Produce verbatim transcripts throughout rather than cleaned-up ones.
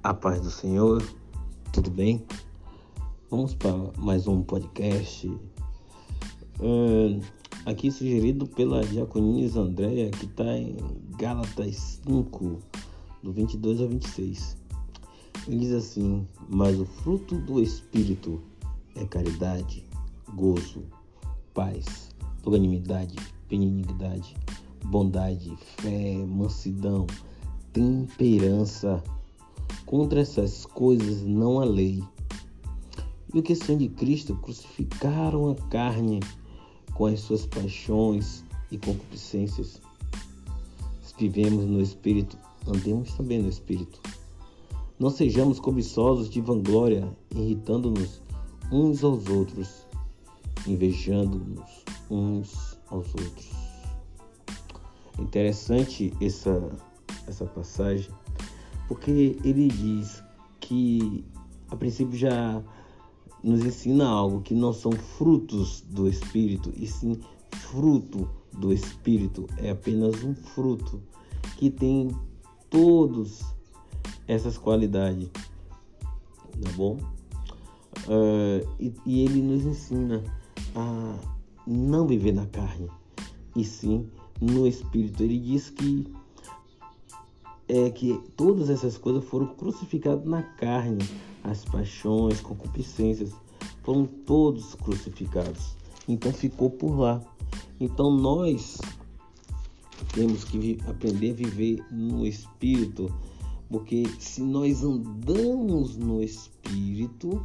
A paz do Senhor, tudo bem? Vamos para mais um podcast uh, aqui sugerido pela diaconisa Andréia, que está em Gálatas cinco, do vinte e dois ao vinte e seis. Ele diz assim: mas o fruto do Espírito é caridade, gozo, paz, longanimidade, benignidade, bondade, fé, mansidão, temperança. Contra essas coisas não há lei. E o que são de Cristo crucificaram a carne com as suas paixões e concupiscências. Se vivemos no Espírito, andemos também no Espírito. Não sejamos cobiçosos de vanglória, irritando-nos uns aos outros, invejando-nos uns aos outros. Interessante essa, essa passagem, porque ele diz que, a princípio, já nos ensina algo, que não são frutos do Espírito, e sim fruto do Espírito. É apenas um fruto que tem todas essas qualidades, tá bom? Uh, e, e ele nos ensina a não viver na carne, e sim no Espírito. Ele diz que é que todas essas coisas foram crucificadas na carne. As paixões, concupiscências, foram todos crucificados. Então ficou por lá. Então nós temos que aprender a viver no Espírito, porque se nós andamos no Espírito,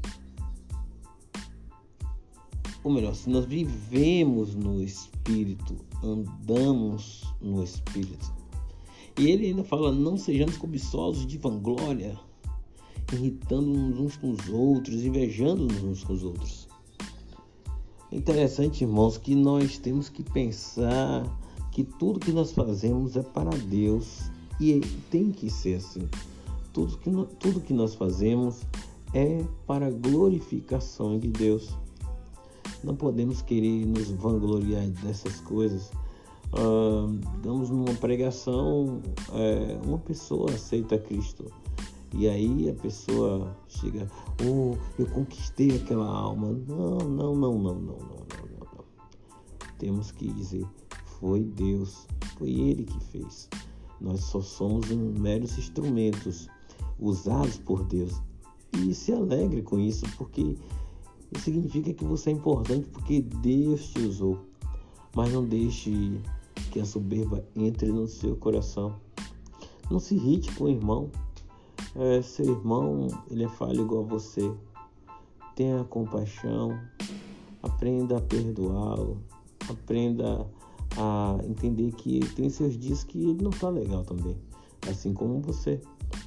ou melhor, se nós vivemos no Espírito, andamos no Espírito. E ele ainda fala: não sejamos cobiçosos de vanglória, irritando-nos uns com os outros, invejando-nos uns com os outros. É interessante, irmãos, que nós temos que pensar que tudo que nós fazemos é para Deus, e tem que ser assim. Tudo que, no, tudo que nós fazemos é para a glorificação de Deus. Não podemos querer nos vangloriar dessas coisas. Uh, damos numa pregação, é, uma pessoa aceita Cristo, e aí a pessoa chega: oh, eu conquistei aquela alma. Não, não, não, não, não, não, não, não. Temos que dizer: foi Deus, foi Ele que fez. Nós só somos um meros instrumentos usados por Deus. E se alegre com isso, porque isso significa que você é importante, porque Deus te usou. Mas não deixe que a soberba entre no seu coração. Não se irrite com o irmão. É, seu irmão, ele é falho igual a você. Tenha compaixão. Aprenda a perdoá-lo. Aprenda a entender que tem seus dias que ele não está legal também, assim como você.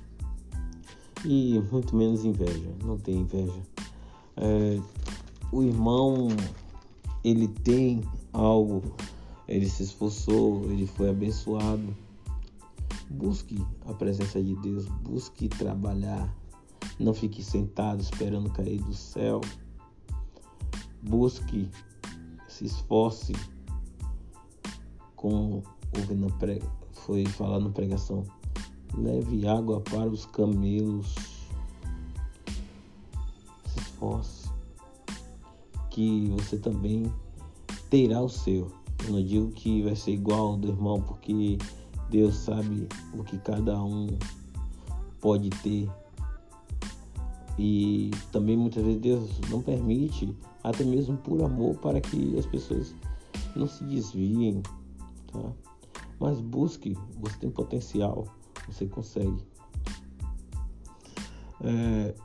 E muito menos inveja. Não tem inveja. É, o irmão, ele tem algo, ele se esforçou, ele foi abençoado. Busque a presença de Deus, busque trabalhar, não fique sentado esperando cair do céu. Busque, se esforce, como houve na pre... foi falar na pregação: leve água para os camelos. Se esforce, que você também terá o seu. Eu não digo que vai ser igual ao do irmão, porque Deus sabe o que cada um pode ter. E também muitas vezes Deus não permite, até mesmo por amor, para que as pessoas não se desviem, tá? Mas busque, você tem potencial, você consegue. É,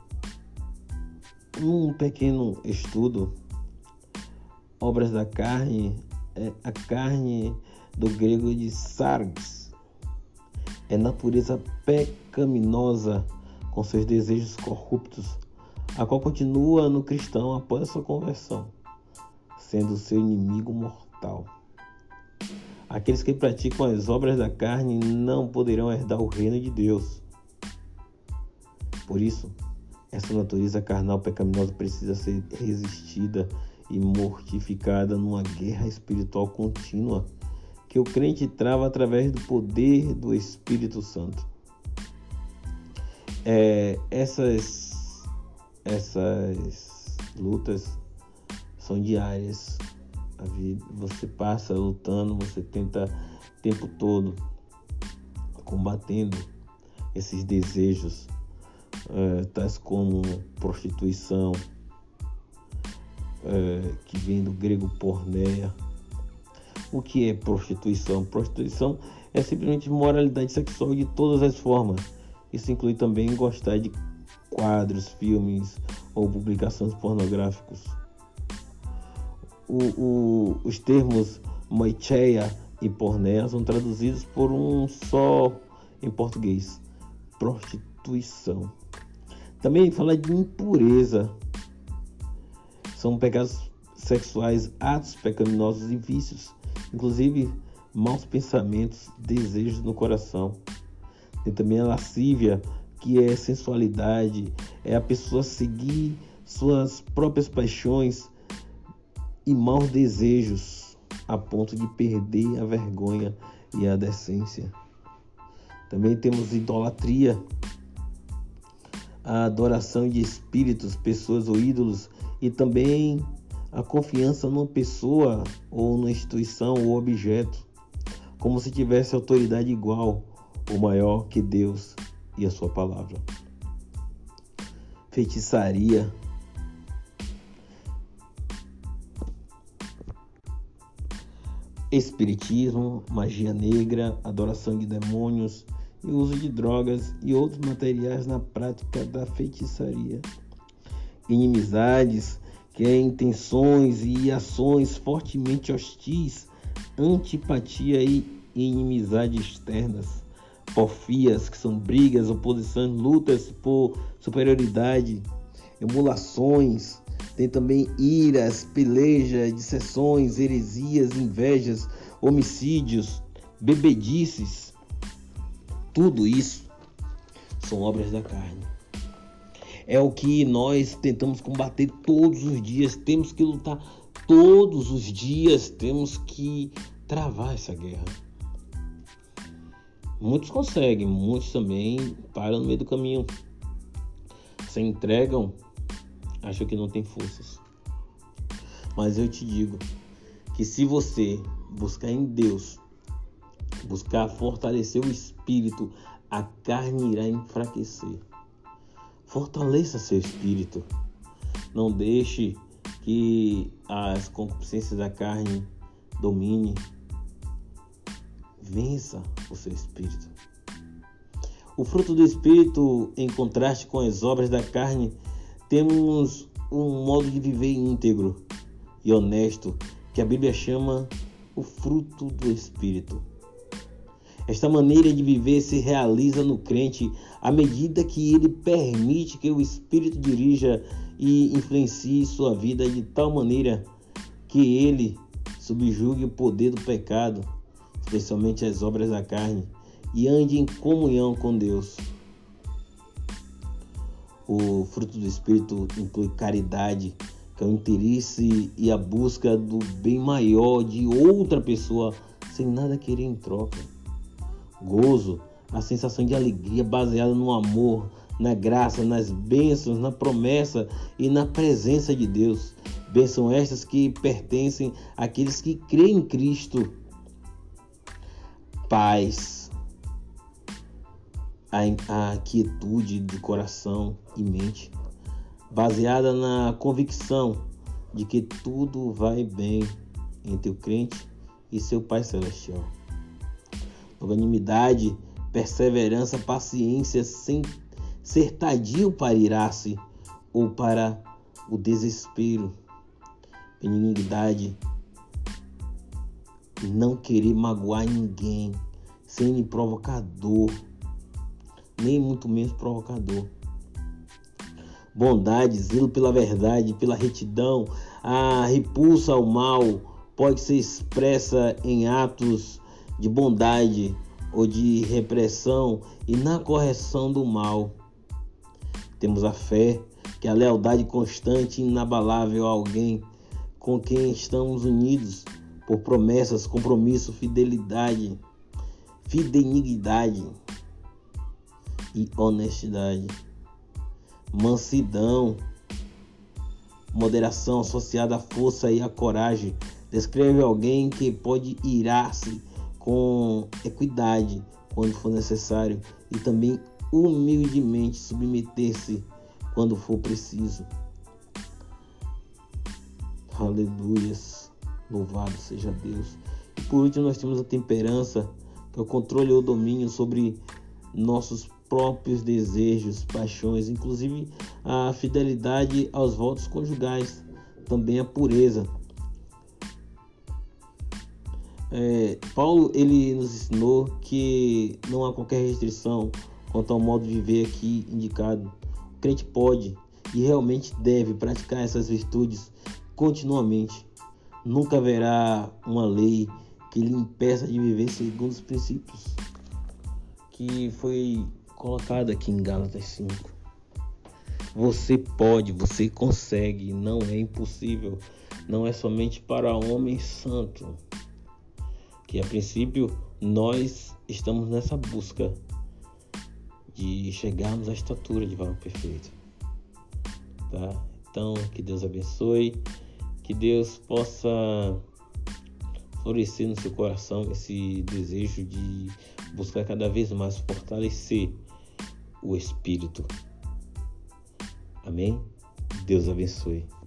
um pequeno estudo: obras da carne, é a carne do grego de sarx. É natureza pecaminosa, com seus desejos corruptos, a qual continua no cristão após a sua conversão, sendo seu inimigo mortal. Aqueles que praticam as obras da carne não poderão herdar o reino de Deus. Por isso, essa natureza carnal pecaminosa precisa ser resistida e mortificada numa guerra espiritual contínua, que o crente trava através do poder do Espírito Santo. É, essas, essas lutas são diárias. A vida, você passa lutando, você tenta o tempo todo combatendo esses desejos, é, tais como prostituição, é, que vem do grego porneia. O que é prostituição? Prostituição é simplesmente moralidade sexual de todas as formas. Isso inclui também gostar de quadros, filmes ou publicações pornográficas. O, o, os termos moicheia e porneia são traduzidos por um só em português: prostituição. Também fala de impureza. São pecados sexuais, atos pecaminosos e vícios, inclusive maus pensamentos, desejos no coração. Tem também a lascívia, que é sensualidade, é a pessoa seguir suas próprias paixões e maus desejos a ponto de perder a vergonha e a decência. Também temos idolatria, a adoração de espíritos, pessoas ou ídolos, e também a confiança numa pessoa ou numa instituição ou objeto, como se tivesse autoridade igual ou maior que Deus e a sua palavra. Feitiçaria, espiritismo, magia negra, adoração de demônios e uso de drogas e outros materiais na prática da feitiçaria. Inimizades, que é intenções e ações fortemente hostis, antipatia e inimizade externas. Porfias, que são brigas, oposições, lutas por superioridade, emulações. Tem também iras, pelejas, dissensões, heresias, invejas, homicídios, bebedices. Tudo isso são obras da carne. É o que nós tentamos combater todos os dias. Temos que lutar todos os dias. Temos que travar essa guerra. Muitos conseguem, muitos também param no meio do caminho. Se entregam, acham que não tem forças. Mas eu te digo que se você buscar em Deus, buscar fortalecer o espírito, a carne irá enfraquecer. Fortaleça seu espírito. Não deixe que as concupiscências da carne domine. Vença o seu espírito. O fruto do espírito, em contraste com as obras da carne, temos um modo de viver íntegro e honesto, que a Bíblia chama o fruto do espírito. Esta maneira de viver se realiza no crente à medida que ele permite que o Espírito dirija e influencie sua vida de tal maneira que ele subjugue o poder do pecado, especialmente as obras da carne, e ande em comunhão com Deus. O fruto do Espírito inclui caridade, que é o interesse e a busca do bem maior de outra pessoa, sem nada querer em troca. Gozo, a sensação de alegria baseada no amor, na graça, nas bênçãos, na promessa e na presença de Deus. Bênçãos estas que pertencem àqueles que creem em Cristo. Paz, a, a quietude de coração e mente, baseada na convicção de que tudo vai bem entre o crente e seu Pai Celestial. Longanimidade, perseverança, paciência, sem ser tardio para irar-se ou para o desespero. Benignidade, não querer magoar ninguém, sem provocador, nem muito menos provocador. Bondade, zelo pela verdade, pela retidão, a repulsa ao mal pode ser expressa em atos de bondade ou de repressão e na correção do mal. Temos a fé, que é a lealdade constante e inabalável a alguém com quem estamos unidos por promessas, compromisso, fidelidade, fidedignidade. e honestidade. Mansidão, moderação associada à força e à coragem, descreve alguém que pode irar-se com equidade quando for necessário e também humildemente submeter-se quando for preciso. Aleluias, louvado seja Deus. E por último nós temos a temperança, que é o controle ou domínio sobre nossos próprios desejos, paixões, inclusive a fidelidade aos votos conjugais, também a pureza. É, Paulo ele nos ensinou que não há qualquer restrição quanto ao modo de viver aqui indicado. O crente pode e realmente deve praticar essas virtudes continuamente. Nunca haverá uma lei que lhe impeça de viver segundo os princípios que foi colocado aqui em Gálatas cinco. Você pode, você consegue, não é impossível, não é somente para homem santo. Que a princípio nós estamos nessa busca de chegarmos à estatura de varão perfeito, tá? Então, que Deus abençoe, que Deus possa florescer no seu coração esse desejo de buscar cada vez mais fortalecer o Espírito. Amém? Deus abençoe.